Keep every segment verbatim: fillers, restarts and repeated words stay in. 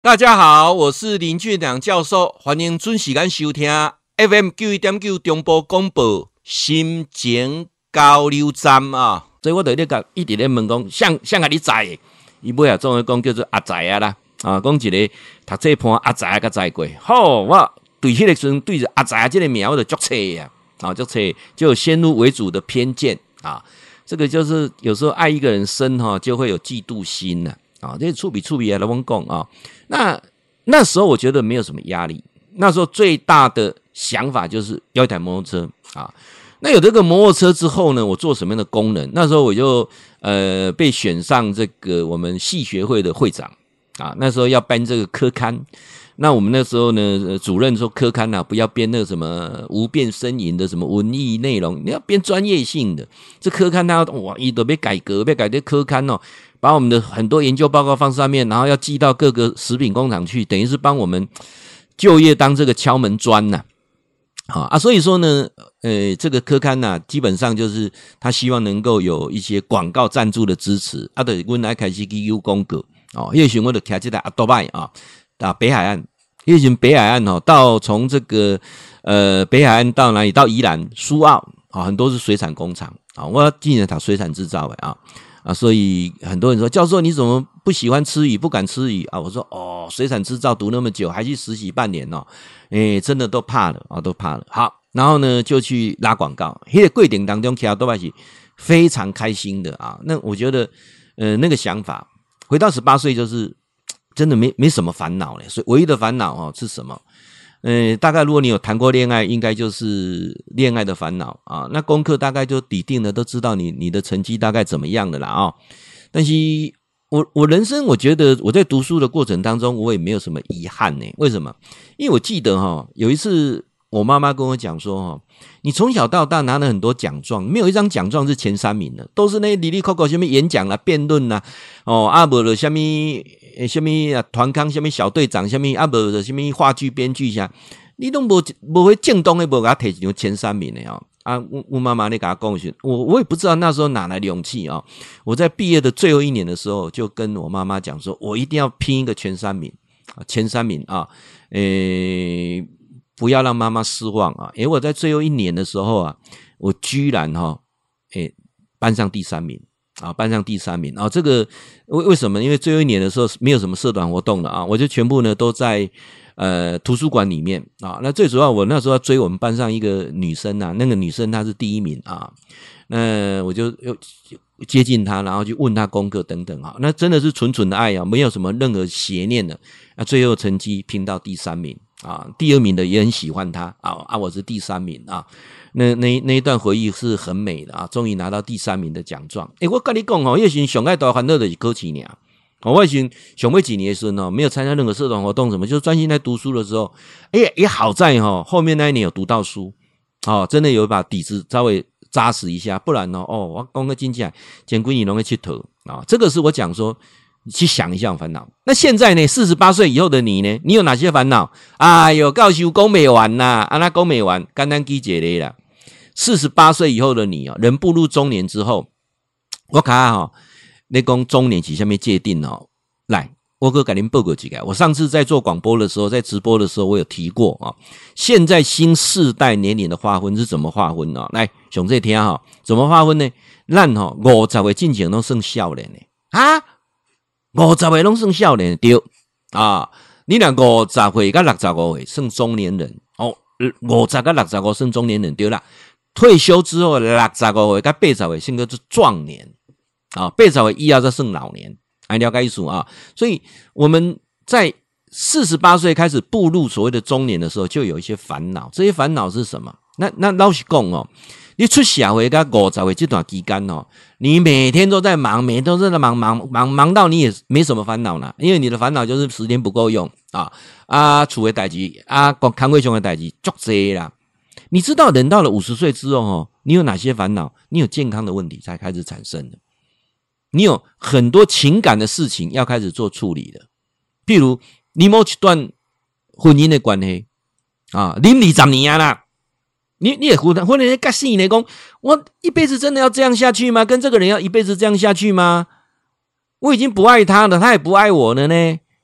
大家好，我是林俊良教授，欢迎准时间收听 F M 九一点九中波广播心情交流站啊。所以我就咧甲一直咧问讲，像像甲你知的，伊尾啊总会讲叫做阿仔啊啦，啊，讲一个读册盘阿仔啊，甲知过。好，我对迄个时阵对着阿仔这个名我就足册啊，啊，足册就有先入为主的偏见啊。这个就是有时候爱一个人深哈，就会有嫉妒心呐啊，这触笔触笔来问讲啊。那那时候我觉得没有什么压力，那时候最大的想法就是要一台摩托车啊。那有这个摩托车之后呢，我做什么样的功能？那时候我就呃被选上这个我们系学会的会长啊。那时候要编这个科刊，那我们那时候呢，主任说科刊啊，不要编那个什么无变呻吟的什么文艺内容，你要编专业性的。这科刊它哇，一都被改革，被改这科刊哦。把我们的很多研究报告放上面，然后要寄到各个食品工厂去，等于是帮我们就业当这个敲门砖呐、啊。好啊，所以说呢，呃，这个科刊呐、啊，基本上就是他希望能够有一些广告赞助的支持。啊，对，我来开始去有广告哦。那时候我就开这台阿多拜啊，到北海岸，那时候北海岸哦，到从这个呃北海岸到哪里？到宜兰、苏澳啊，很多是水产工厂啊。我进来打水产制造的啊。啊，所以很多人说，教授你怎么不喜欢吃鱼，不敢吃鱼啊？我说哦，水产制造读那么久，还去实习半年哦，诶，真的都怕了啊，都怕了。好，然后呢就去拉广告，那个柜顶当中，其他都还是非常开心的啊。那我觉得，呃，那个想法，回到十八岁就是真的没没什么烦恼嘞。所以唯一的烦恼哦是什么？呃，大概如果你有谈过恋爱，应该就是恋爱的烦恼啊。那功课大概就底定了，都知道你你的成绩大概怎么样的啦啊。但是我我人生我觉得我在读书的过程当中，我也没有什么遗憾呢。为什么？因为我记得哈，有一次我妈妈跟我讲说哈，你从小到大拿了很多奖状，没有一张奖状是前三名的，都是那里里扣扣什么演讲啦、辩论啦，哦，啊不了什么。什么啊团康，什么小队长，什么啊无什么话剧编剧啥，你都无无会正当的无给他摕上前三名的哦。啊，我我妈妈咧给他讲说，我我也不知道那时候哪来的勇气啊、哦。我在毕业的最后一年的时候，就跟我妈妈讲说，我一定要拼一个前三名，前三名啊，诶，不要让妈妈失望啊。因为我在最后一年的时候啊，我居然哈、哦，诶，班上第三名。啊，班上第三名啊，这个为为什么？因为最后一年的时候没有什么社团活动了啊，我就全部呢都在呃图书馆里面啊。那最主要我那时候要追我们班上一个女生啊，那个女生她是第一名啊，那我就又接近她，然后就问她功课等等啊。那真的是纯纯的爱啊，没有什么任何邪念的。那最后成绩拼到第三名啊，第二名的也很喜欢她啊啊，我是第三名啊。那那那一段回忆是很美的啊！终于拿到第三名的奖状。诶，我跟你讲哦，那时上爱大烦恼的是考试呢。我以前上尾几年的时候呢，没有参加任何社团活动什么，就专心在读书的时候。诶，也好在哈、哦，后面那一年有读到书，哦，真的有把底子稍微扎实一下，不然呢，哦，我讲个真起来，前几年拢会去投啊。这个是我讲说，去想一下烦恼。那现在呢，四十八岁以后的你呢，你有哪些烦恼？哎呦，教授讲没完呐，啊，那讲没完，简单记一个啦。四十八岁以后的你啊，人步入中年之后，我看哈，你讲中年是什么界定哦？来，我给您报告几个。我上次在做广播的时候，在直播的时候，我有提过啊。现在新世代年龄的划分是怎么划分呢？来，熊这听哈，怎么划分呢？咱哈五十岁进前都算少年的啊，五十岁都算少年对啊。你若五十岁到六十五岁算中年人哦，五十到六十五算中年人对啦。退休之后六十五岁到八十岁算叫做壮年啊，八十岁以后才算老年，还了解意思啊？所以我们在四十八岁开始步入所谓的中年的时候，就有一些烦恼。这些烦恼是什么？那那老实讲哦，你出社会到五十岁这段期间哦，你每天都在忙，每天都在忙忙忙忙到你也没什么烦恼啦，因为你的烦恼就是时间不够用啊啊，厝的代志啊，工课上的代志足多啦。你知道人到了五十岁之后哦，你有哪些烦恼？你有健康的问题才开始产生的，你有很多情感的事情要开始做处理的。譬如你某一段婚姻的关系啊，你二十年啦，你你也婚婚姻干死你讲，我一辈子真的要这样下去吗？跟这个人要一辈子这样下去吗？我已经不爱他了，他也不爱我了呢。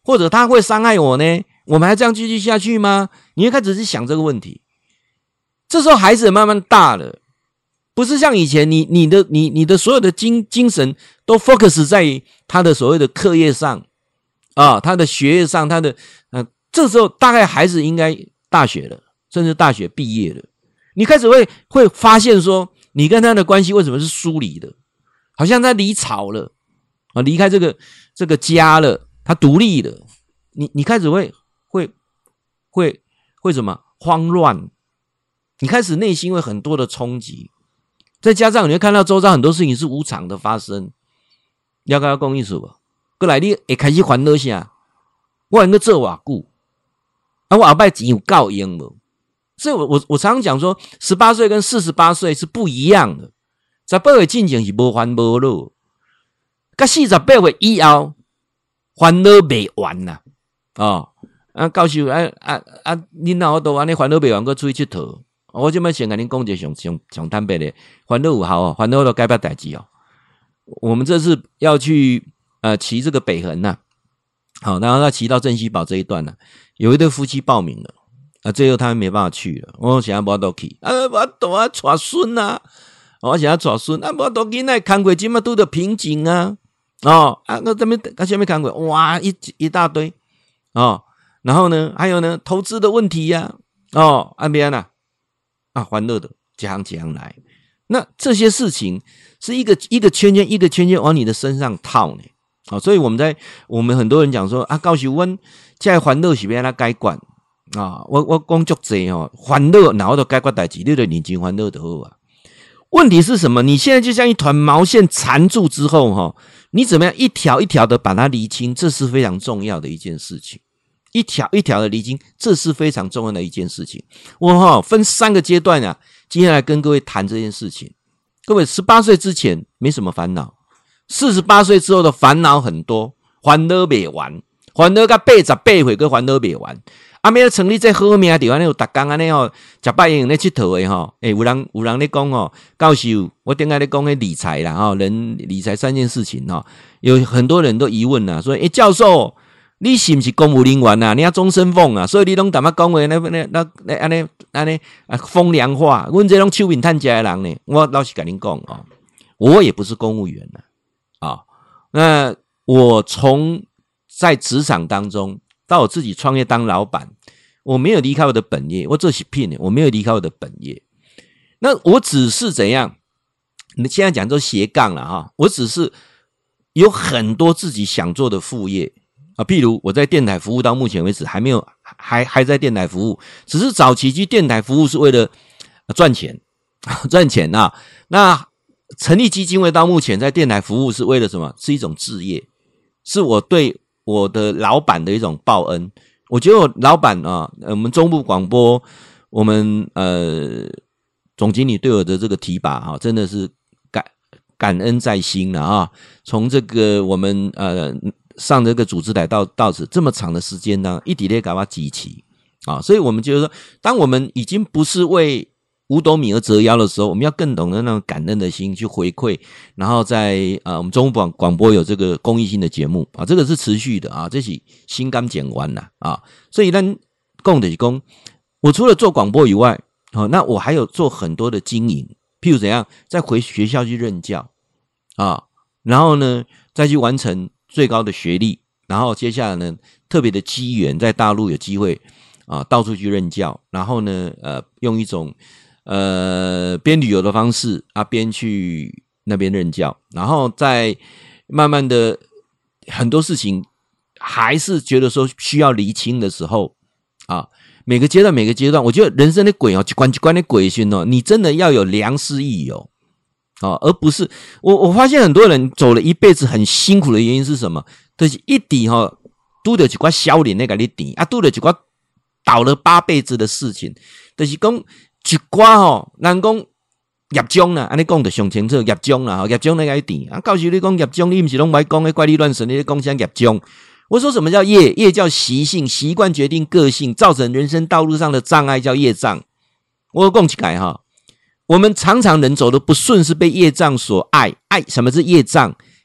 或者他会伤害我呢？我们还这样继续下去吗？你会开始去想这个问题。这时候孩子慢慢大了，不是像以前你你的你你的所有的精精神都 focus 在他的所谓的课业上啊，他的学业上，他的呃，这时候大概孩子应该大学了，甚至大学毕业了，你开始会会发现说，你跟他的关系为什么是疏离的？好像他离巢了啊，离开这个这个家了，他独立了，你你开始会会会会什么慌乱？你开始内心会很多的冲击，再加上你会看到周遭很多事情是无常的发生，要跟他讲意思吧？过来你会开始烦恼啥？我能够做偌久？啊，我后摆钱有够用无？所以我我我常常讲说，十八岁跟四十八岁是不一样的。十八岁进前是无烦无恼，到四十八岁以后烦恼未完呐、啊。哦，啊，教授啊啊啊，恁哪有都安尼烦恼未完，搁出去佚佗？我这边先跟您讲一个上上上坦白的，烦恼有效哦，烦恼都改不代志哦。我们这次要去呃骑这个北横呐、啊，好，然后要骑到镇西堡这一段呢、啊，有一对夫妻报名了，啊，最后他们没办法去了。我想要不都去，啊，我都要带孙啊，我想要带孙，啊，我都囡仔工课今嘛拄着瓶颈啊，哦，啊，我这边啊下面工课，哇，一一大堆哦，然后呢，还有呢，投资的问题呀、啊，哦，安边啊。啊，欢乐的这样这样来，那这些事情是一个一个圈圈一个圈圈往你的身上套呢。好、哦，所以我们在我们很多人讲说啊，教授阮这欢乐是要安怎解决啊？我我讲足济哦，欢乐然后都解决代志，你就认真欢乐就好啊。问题是什么？你现在就像一团毛线缠住之后哈、哦，你怎么样一条一条的把它厘清？这是非常重要的一件事情。一条一条的厘清，这是非常重要的一件事情。我哈、哦、分三个阶段啊，接下来跟各位谈这件事情。各位十八岁之前没什么烦恼，四十八岁之后的烦恼很多，烦恼未完，烦恼到八十八岁跟烦恼未完。啊，要成立这好命的地方，有逐工安尼哦，食饱用咧佚佗的吼。诶、欸，有人有人咧讲哦，教授，我顶下咧讲迄理财啦，吼，人理财三件事情哦，有很多人都疑问啦，说诶、欸，教授。你是不是公务人员啊？你要终身俸啊，所以你拢淡薄讲话，那那那那安尼安尼啊风凉话。阮这种手面趁食的人呢，我老实跟您讲哦，我也不是公务员啊。啊，那我从在职场当中到我自己创业当老板，我没有离开我的本业，我做是骗的，我没有离开我的本业。那我只是怎样？你现在讲做斜杠了哈，我只是有很多自己想做的副业。啊，譬如我在电台服务到目前为止还没有，还还在电台服务，只是早期去电台服务是为了赚钱，赚钱啊。那成立基金会到目前在电台服务是为了什么？是一种志业，是我对我的老板的一种报恩。我觉得我老板啊，我们中部广播，我们呃总经理对我的这个提拔啊，真的是感感恩在心了啊。从这个我们呃。上这个组织台到到此这么长的时间呢，一直在给我支持啊，所以我们就是说，当我们已经不是为五斗米而折腰的时候，我们要更懂得那种感恩的心去回馈，然后在呃我们中部广播有这个公益性的节目啊，这个是持续的啊，这是心甘情愿啦啊，所以咱讲的是讲，我除了做广播以外，哦，那我还有做很多的经营，譬如怎样，再回学校去任教啊，然后呢再去完成最高的学历，然后接下来呢，特别的机缘，在大陆有机会啊，到处去任教，然后呢，呃，用一种呃边旅游的方式啊，边去那边任教，然后再慢慢的很多事情还是觉得说需要厘清的时候啊，每个阶段每个阶段，我觉得人生的轨哦，一关一关的轨线哦，你真的要有良师益友。哦，而不是我我发现很多人走了一辈子很辛苦的原因是什么？就是一底哈、哦，拄着一寡小脸那个你顶啊，拄着一寡倒了八辈子的事情，就是讲一寡吼，人讲业障啦，安尼讲就上清楚，业障啦，业障那个顶啊，教授你讲业障，你不是拢不爱讲的怪力乱神，你讲啥业障？我说什么叫业？业叫习性，习惯决定个性，造成人生道路上的障碍叫业障。我讲起来哈。我们常常人走的不顺是被业障所碍，碍什么是业障？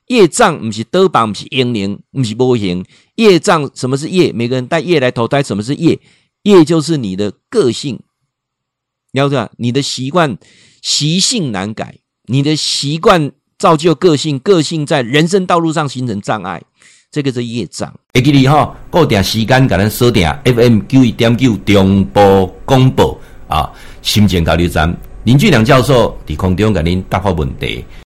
业障不是倒棒，不是英灵，不是无形。业障什么是业？每个人带业来投胎，什么是业？业就是你的个性，了解？你的习惯，习性难改，你的习惯造就个性，个性在人生道路上形成障碍，这个是业障。会记你哈，固定时间给咱锁定 F M 九一点九中波广播啊，心情交流站，林俊良教授在空中给您答复问题。